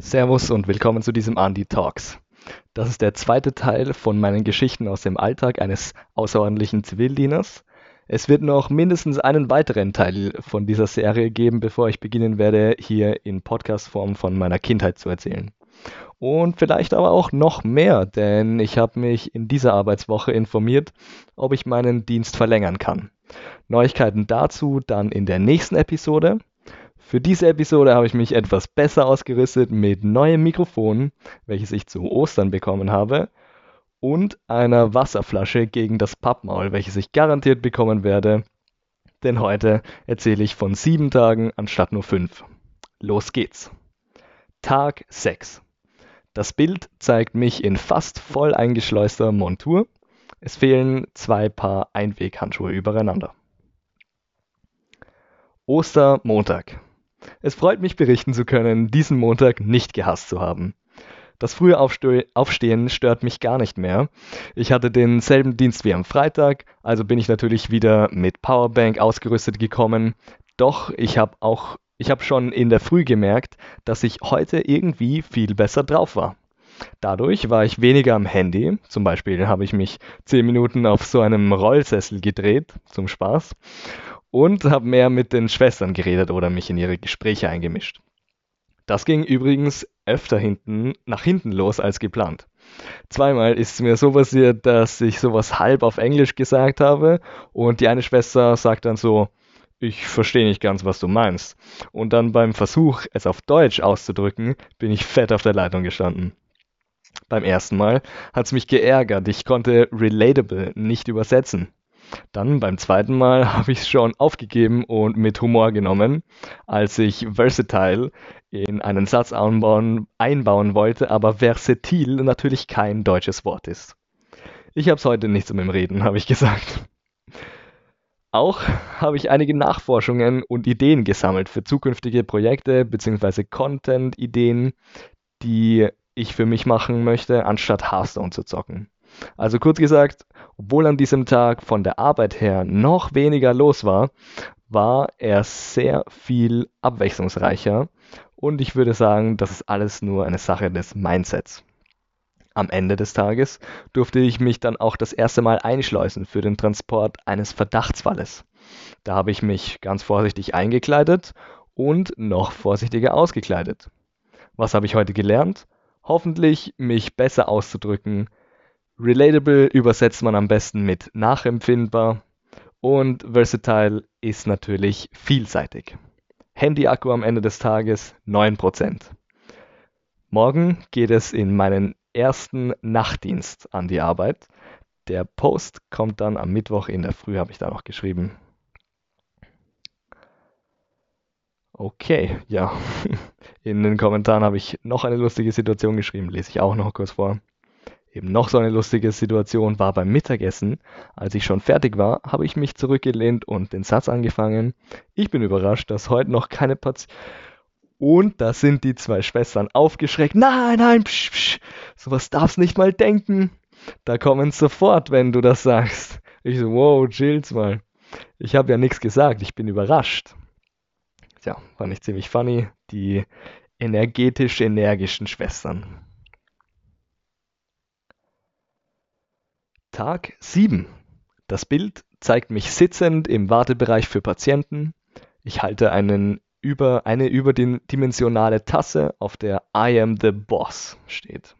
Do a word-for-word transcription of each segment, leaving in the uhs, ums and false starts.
Servus und willkommen zu diesem Andi Talks. Das ist der zweite Teil von meinen Geschichten aus dem Alltag eines außerordentlichen Zivildieners. Es wird noch mindestens einen weiteren Teil von dieser Serie geben, bevor ich beginnen werde, hier in Podcast-Form von meiner Kindheit zu erzählen. Und vielleicht aber auch noch mehr, denn ich habe mich in dieser Arbeitswoche informiert, ob ich meinen Dienst verlängern kann. Neuigkeiten dazu dann in der nächsten Episode. Für diese Episode habe ich mich etwas besser ausgerüstet mit neuem Mikrofon, welches ich zu Ostern bekommen habe, und einer Wasserflasche gegen das Pappmaul, welches ich garantiert bekommen werde, denn heute erzähle ich von sieben Tagen anstatt nur fünf. Los geht's. Tag sechs. Das Bild zeigt mich in fast voll eingeschleuster Montur. Es fehlen zwei Paar Einweghandschuhe übereinander. Ostermontag. Es freut mich berichten zu können, diesen Montag nicht gehasst zu haben. Das frühe Aufste- Aufstehen stört mich gar nicht mehr. Ich hatte denselben Dienst wie am Freitag, also bin ich natürlich wieder mit Powerbank ausgerüstet gekommen. Doch ich habe auch, ich habe schon in der Früh gemerkt, dass ich heute irgendwie viel besser drauf war. Dadurch war ich weniger am Handy. Zum Beispiel habe ich mich zehn Minuten auf so einem Rollsessel gedreht, zum Spaß, und habe mehr mit den Schwestern geredet oder mich in ihre Gespräche eingemischt. Das ging übrigens öfter hinten, nach hinten los als geplant. Zweimal ist es mir so passiert, dass ich sowas halb auf Englisch gesagt habe und die eine Schwester sagt dann so, ich verstehe nicht ganz, was du meinst. Und dann beim Versuch, es auf Deutsch auszudrücken, bin ich fett auf der Leitung gestanden. Beim ersten Mal hat es mich geärgert, ich konnte relatable nicht übersetzen. Dann beim zweiten Mal habe ich es schon aufgegeben und mit Humor genommen, als ich versatile in einen Satz einbauen, einbauen wollte, aber versatil natürlich kein deutsches Wort ist. Ich habe es heute nicht so mit dem Reden, habe ich gesagt. Auch habe ich einige Nachforschungen und Ideen gesammelt für zukünftige Projekte bzw. Content-Ideen, die ich für mich machen möchte, anstatt Hearthstone zu zocken. Also kurz gesagt, obwohl an diesem Tag von der Arbeit her noch weniger los war, war er sehr viel abwechslungsreicher und ich würde sagen, das ist alles nur eine Sache des Mindsets. Am Ende des Tages durfte ich mich dann auch das erste Mal einschleusen für den Transport eines Verdachtsfalles. Da habe ich mich ganz vorsichtig eingekleidet und noch vorsichtiger ausgekleidet. Was habe ich heute gelernt? Hoffentlich mich besser auszudrücken. Relatable übersetzt man am besten mit nachempfindbar und versatile ist natürlich vielseitig. Handy-Akku am Ende des Tages neun Prozent. Morgen geht es in meinen ersten Nachtdienst an die Arbeit. Der Post kommt dann am Mittwoch in der Früh, habe ich da noch geschrieben. Okay, ja. In den Kommentaren habe ich noch eine lustige Situation geschrieben, lese ich auch noch kurz vor. Eben noch so eine lustige Situation war beim Mittagessen. Als ich schon fertig war, habe ich mich zurückgelehnt und den Satz angefangen. Ich bin überrascht, dass heute noch keine Patienten... Und da sind die zwei Schwestern aufgeschreckt. Nein, nein, psch, psch, sowas darfst nicht mal denken. Da kommen sofort, wenn du das sagst. Ich so, wow, chill's mal. Ich habe ja nichts gesagt, ich bin überrascht. Tja, fand ich ziemlich funny. Die energetisch-energischen Schwestern. Tag sieben. Das Bild zeigt mich sitzend im Wartebereich für Patienten. Ich halte einen über, eine überdimensionale Tasse, auf der I am the Boss steht.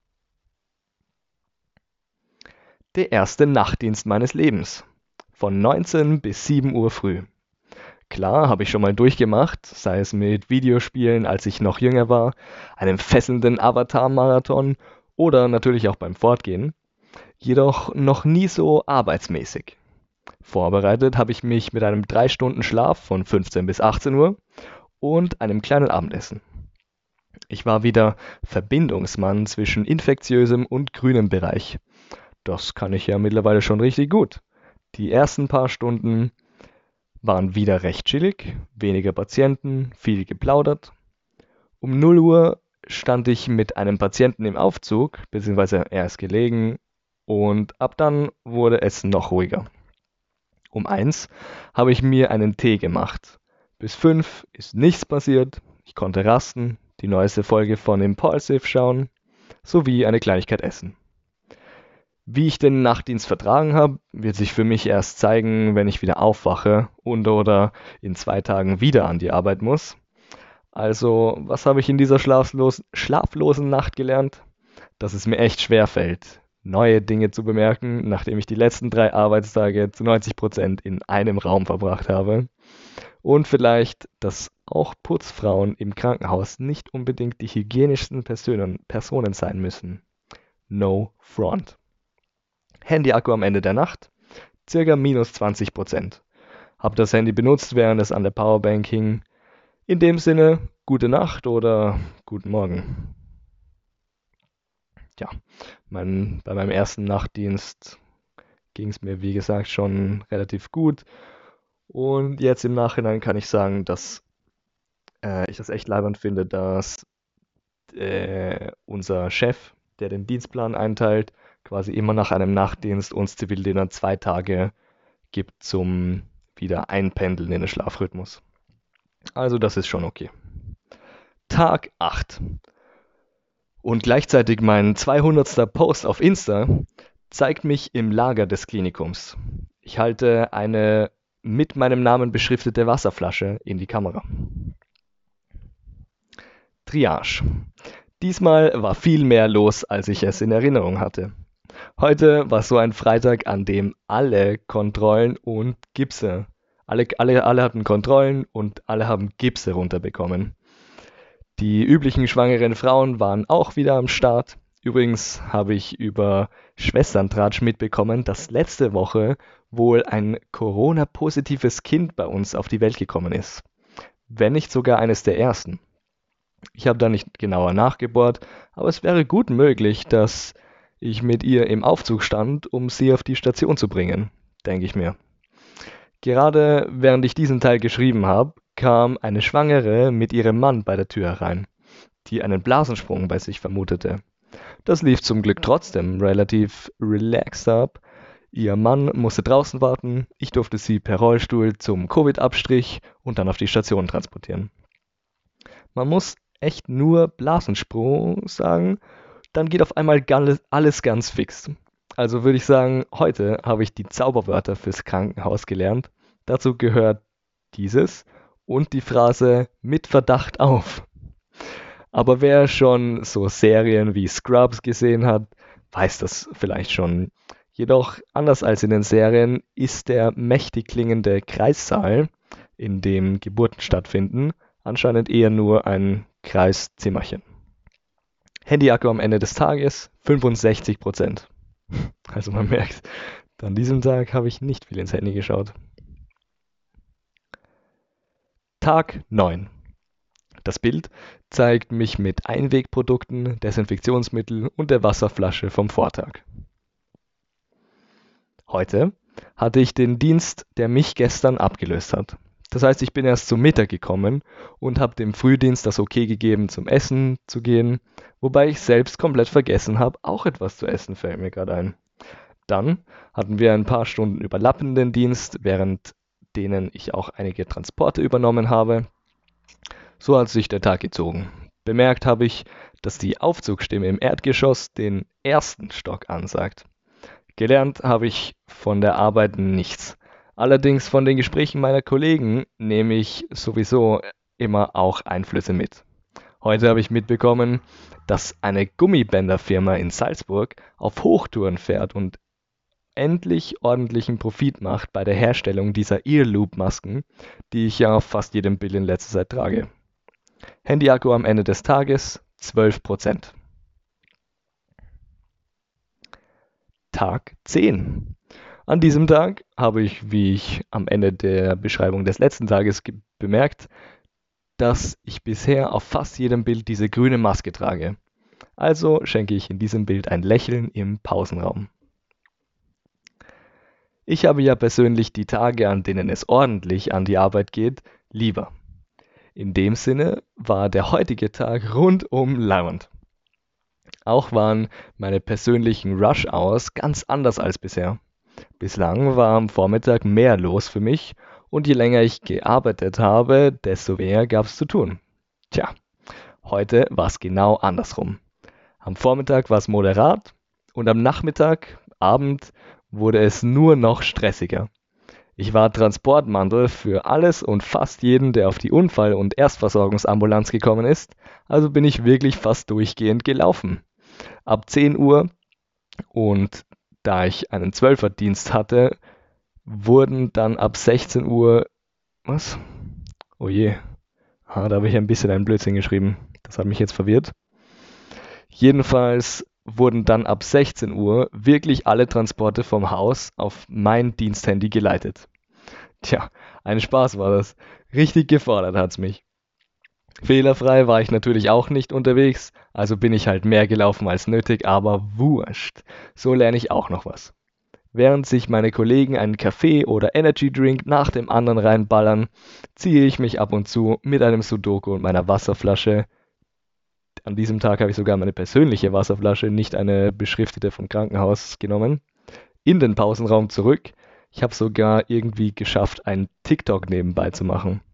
Der erste Nachtdienst meines Lebens. Von neunzehn bis sieben Uhr früh. Klar, habe ich schon mal durchgemacht, sei es mit Videospielen, als ich noch jünger war, einem fesselnden Avatar-Marathon oder natürlich auch beim Fortgehen. Jedoch noch nie so arbeitsmäßig. Vorbereitet habe ich mich mit einem drei Stunden Schlaf von fünfzehn bis achtzehn Uhr und einem kleinen Abendessen. Ich war wieder Verbindungsmann zwischen infektiösem und grünem Bereich. Das kann ich ja mittlerweile schon richtig gut. Die ersten paar Stunden waren wieder recht chillig, weniger Patienten, viel geplaudert. Um null Uhr stand ich mit einem Patienten im Aufzug, beziehungsweise er ist gelegen, und ab dann wurde es noch ruhiger. Um eins habe ich mir einen Tee gemacht. Bis fünf ist nichts passiert, ich konnte rasten, die neueste Folge von Impulsive schauen, sowie eine Kleinigkeit essen. Wie ich den Nachtdienst vertragen habe, wird sich für mich erst zeigen, wenn ich wieder aufwache und oder in zwei Tagen wieder an die Arbeit muss. Also, was habe ich in dieser schlaflos schlaflosen Nacht gelernt? Dass es mir echt schwer fällt, neue Dinge zu bemerken, nachdem ich die letzten drei Arbeitstage zu neunzig Prozent in einem Raum verbracht habe. Und vielleicht, dass auch Putzfrauen im Krankenhaus nicht unbedingt die hygienischsten Personen, Personen sein müssen. No front. Handy-Akku am Ende der Nacht, circa minus zwanzig Prozent. Hab das Handy benutzt, während es an der Powerbank hing. In dem Sinne, gute Nacht oder guten Morgen. Ja, mein, bei meinem ersten Nachtdienst ging es mir, wie gesagt, schon relativ gut. Und jetzt im Nachhinein kann ich sagen, dass äh, ich das echt leibend finde, dass äh, unser Chef, der den Dienstplan einteilt, quasi immer nach einem Nachtdienst uns Zivildienern zwei Tage gibt zum wieder Einpendeln in den Schlafrhythmus. Also das ist schon okay. Tag acht. Und gleichzeitig mein zweihundertster Post auf Insta zeigt mich im Lager des Klinikums. Ich halte eine mit meinem Namen beschriftete Wasserflasche in die Kamera. Triage. Diesmal war viel mehr los, als ich es in Erinnerung hatte. Heute war so ein Freitag, an dem alle Kontrollen und Gipse, alle, alle, alle hatten Kontrollen und alle haben Gipse runterbekommen. Die üblichen schwangeren Frauen waren auch wieder am Start. Übrigens habe ich über Schwesterntratsch mitbekommen, dass letzte Woche wohl ein Corona-positives Kind bei uns auf die Welt gekommen ist. Wenn nicht sogar eines der ersten. Ich habe da nicht genauer nachgebohrt, aber es wäre gut möglich, dass ich mit ihr im Aufzug stand, um sie auf die Station zu bringen, denke ich mir. Gerade während ich diesen Teil geschrieben habe, kam eine Schwangere mit ihrem Mann bei der Tür herein, die einen Blasensprung bei sich vermutete. Das lief zum Glück trotzdem relativ relaxed ab. Ihr Mann musste draußen warten, ich durfte sie per Rollstuhl zum Covid-Abstrich und dann auf die Station transportieren. Man muss echt nur Blasensprung sagen, dann geht auf einmal alles ganz fix. Also würde ich sagen, heute habe ich die Zauberwörter fürs Krankenhaus gelernt. Dazu gehört dieses und die Phrase mit Verdacht auf. Aber wer schon so Serien wie Scrubs gesehen hat, weiß das vielleicht schon. Jedoch, anders als in den Serien, ist der mächtig klingende Kreissaal, in dem Geburten stattfinden, anscheinend eher nur ein Kreiszimmerchen. Handy-Akku am Ende des Tages fünfundsechzig Prozent. Also man merkt, an diesem Tag habe ich nicht viel ins Handy geschaut. Tag neun. Das Bild zeigt mich mit Einwegprodukten, Desinfektionsmittel und der Wasserflasche vom Vortag. Heute hatte ich den Dienst, der mich gestern abgelöst hat. Das heißt, ich bin erst zum Mittag gekommen und habe dem Frühdienst das Okay gegeben, zum Essen zu gehen, wobei ich selbst komplett vergessen habe, auch etwas zu essen, fällt mir gerade ein. Dann hatten wir ein paar Stunden überlappenden Dienst, während denen ich auch einige Transporte übernommen habe. So hat sich der Tag gezogen. Bemerkt habe ich, dass die Aufzugstimme im Erdgeschoss den ersten Stock ansagt. Gelernt habe ich von der Arbeit nichts. Allerdings von den Gesprächen meiner Kollegen nehme ich sowieso immer auch Einflüsse mit. Heute habe ich mitbekommen, dass eine Gummibänderfirma in Salzburg auf Hochtouren fährt und endlich ordentlichen Profit macht bei der Herstellung dieser Earloop-Masken, die ich ja auf fast jedem Bild in letzter Zeit trage. Handy-Akku am Ende des Tages zwölf Prozent. Tag zehn. An diesem Tag habe ich, wie ich am Ende der Beschreibung des letzten Tages bemerkt, dass ich bisher auf fast jedem Bild diese grüne Maske trage. Also schenke ich in diesem Bild ein Lächeln im Pausenraum. Ich habe ja persönlich die Tage, an denen es ordentlich an die Arbeit geht, lieber. In dem Sinne war der heutige Tag rundum lauernd. Auch waren meine persönlichen Rush-Hours ganz anders als bisher. Bislang war am Vormittag mehr los für mich und je länger ich gearbeitet habe, desto mehr gab es zu tun. Tja, Heute war es genau andersrum. Am Vormittag war es moderat und am Nachmittag, Abend, wurde es nur noch stressiger. Ich war Transportmantel für alles und fast jeden, der auf die Unfall- und Erstversorgungsambulanz gekommen ist, also bin ich wirklich fast durchgehend gelaufen. Ab zehn Uhr und da ich einen Zwölferdienst hatte, wurden dann ab sechzehn Uhr, was? Oh je, ah, da habe ich ein bisschen einen Blödsinn geschrieben. Das hat mich jetzt verwirrt. Jedenfalls wurden dann ab sechzehn Uhr wirklich alle Transporte vom Haus auf mein Diensthandy geleitet. Tja, ein Spaß war das. Richtig gefordert hat's mich. Fehlerfrei war ich natürlich auch nicht unterwegs, also bin ich halt mehr gelaufen als nötig, aber wurscht. So lerne ich auch noch was. Während sich meine Kollegen einen Kaffee oder Energy Drink nach dem anderen reinballern, ziehe ich mich ab und zu mit einem Sudoku und meiner Wasserflasche. An diesem Tag habe ich sogar meine persönliche Wasserflasche, nicht eine beschriftete vom Krankenhaus, genommen, in den Pausenraum zurück. Ich habe sogar irgendwie geschafft, einen TikTok nebenbei zu machen.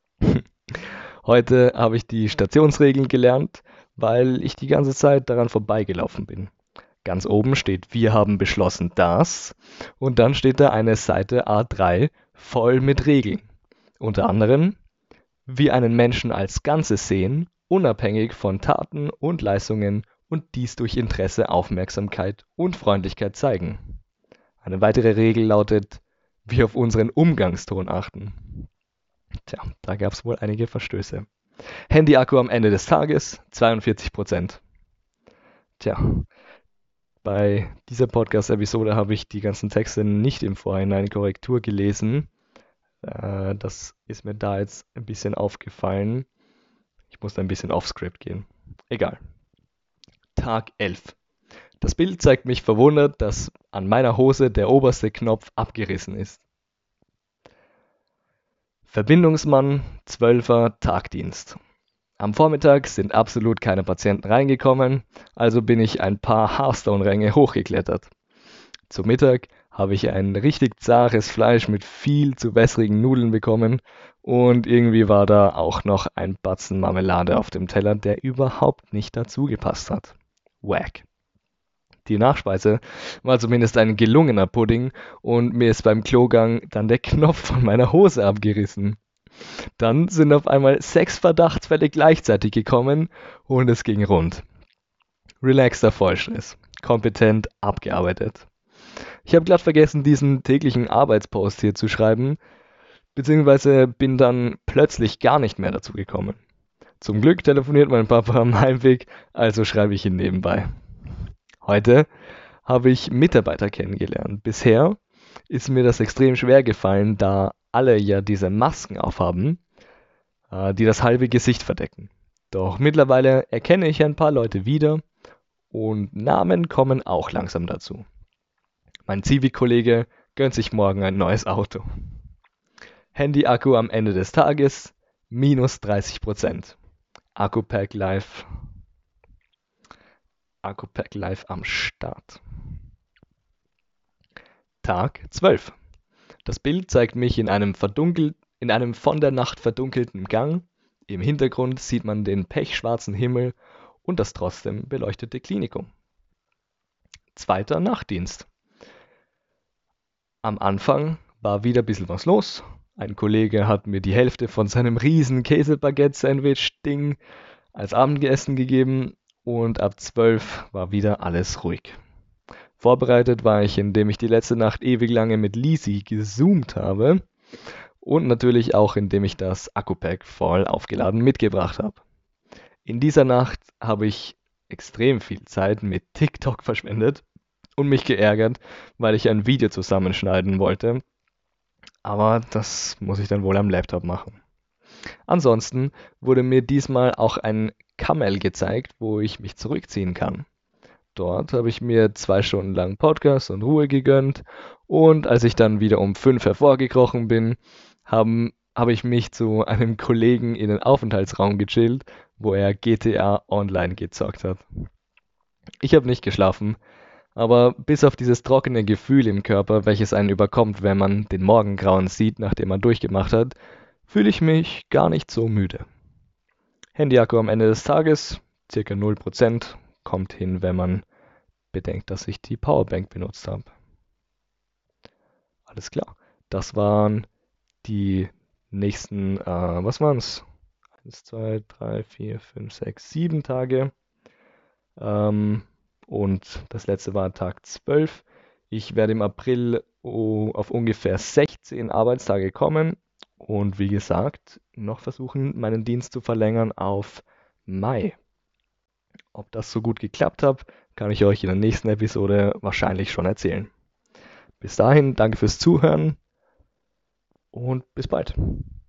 Heute habe ich die Stationsregeln gelernt, weil ich die ganze Zeit daran vorbeigelaufen bin. Ganz oben steht, wir haben beschlossen das, und dann steht da eine Seite A drei voll mit Regeln. Unter anderem, wie einen Menschen als Ganzes sehen, unabhängig von Taten und Leistungen und dies durch Interesse, Aufmerksamkeit und Freundlichkeit zeigen. Eine weitere Regel lautet, wir auf unseren Umgangston achten. Tja, da gab es wohl einige Verstöße. Handy-Akku am Ende des Tages, zweiundvierzig Prozent. Tja, bei dieser Podcast-Episode habe ich die ganzen Texte nicht im Vorhinein Korrektur gelesen. Äh, das ist mir da jetzt ein bisschen aufgefallen. Ich muss da ein bisschen off-Script gehen. Egal. Tag elf. Das Bild zeigt mich verwundert, dass an meiner Hose der oberste Knopf abgerissen ist. Verbindungsmann, zwölfer Tagdienst. Am Vormittag sind absolut keine Patienten reingekommen, also bin ich ein paar Hearthstone-Ränge hochgeklettert. Zum Mittag habe ich ein richtig zares Fleisch mit viel zu wässrigen Nudeln bekommen und irgendwie war da auch noch ein Batzen Marmelade auf dem Teller, der überhaupt nicht dazu gepasst hat. Wack. Die Nachspeise war zumindest ein gelungener Pudding und mir ist beim Klogang dann der Knopf von meiner Hose abgerissen. Dann sind auf einmal sechs Verdachtsfälle gleichzeitig gekommen und es ging rund. Relaxter Vollstress. Kompetent abgearbeitet. Ich habe glatt vergessen, diesen täglichen Arbeitspost hier zu schreiben, beziehungsweise bin dann plötzlich gar nicht mehr dazu gekommen. Zum Glück telefoniert mein Papa am Heimweg, also schreibe ich ihn nebenbei. Heute habe ich Mitarbeiter kennengelernt. Bisher ist mir das extrem schwer gefallen, da alle ja diese Masken aufhaben, äh, die das halbe Gesicht verdecken. Doch mittlerweile erkenne ich ein paar Leute wieder und Namen kommen auch langsam dazu. Mein Zivi-Kollege gönnt sich morgen ein neues Auto. Handy-Akku am Ende des Tages minus dreißig Prozent. Akku-Pack live. Akku-Pack live am Start. Tag zwölf. Das Bild zeigt mich in einem, verdunkelt, in einem von der Nacht verdunkelten Gang. Im Hintergrund sieht man den pechschwarzen Himmel und das trotzdem beleuchtete Klinikum. Zweiter Nachtdienst. Am Anfang war wieder ein bisschen was los. Ein Kollege hat mir die Hälfte von seinem riesen Käsebaguette-Sandwich-Ding als Abendessen gegeben und ab zwölf war wieder alles ruhig. Vorbereitet war ich, indem ich die letzte Nacht ewig lange mit Lisi gezoomt habe und natürlich auch, indem ich das Akku-Pack voll aufgeladen mitgebracht habe. In dieser Nacht habe ich extrem viel Zeit mit TikTok verschwendet und mich geärgert, weil ich ein Video zusammenschneiden wollte. Aber das muss ich dann wohl am Laptop machen. Ansonsten wurde mir diesmal auch ein Camel gezeigt, wo ich mich zurückziehen kann. Dort habe ich mir zwei Stunden lang Podcast und Ruhe gegönnt und als ich dann wieder um fünf hervorgekrochen bin, haben, habe ich mich zu einem Kollegen in den Aufenthaltsraum gechillt, wo er G T A Online gezockt hat. Ich habe nicht geschlafen, aber bis auf dieses trockene Gefühl im Körper, welches einen überkommt, wenn man den Morgengrauen sieht, nachdem man durchgemacht hat, fühle ich mich gar nicht so müde. Handy-Akku am Ende des Tages, circa null Prozent, kommt hin, wenn man bedenkt, dass ich die Powerbank benutzt habe. Alles klar. Das waren die nächsten, äh, was waren es? eins, zwei, drei, vier, fünf, sechs, sieben Tage. Ähm, und das letzte war Tag zwölf. Ich werde im April oh, auf ungefähr sechzehn Arbeitstage kommen und wie gesagt, noch versuchen, meinen Dienst zu verlängern auf Mai. Ob das so gut geklappt hat, kann ich euch in der nächsten Episode wahrscheinlich schon erzählen. Bis dahin, danke fürs Zuhören und bis bald.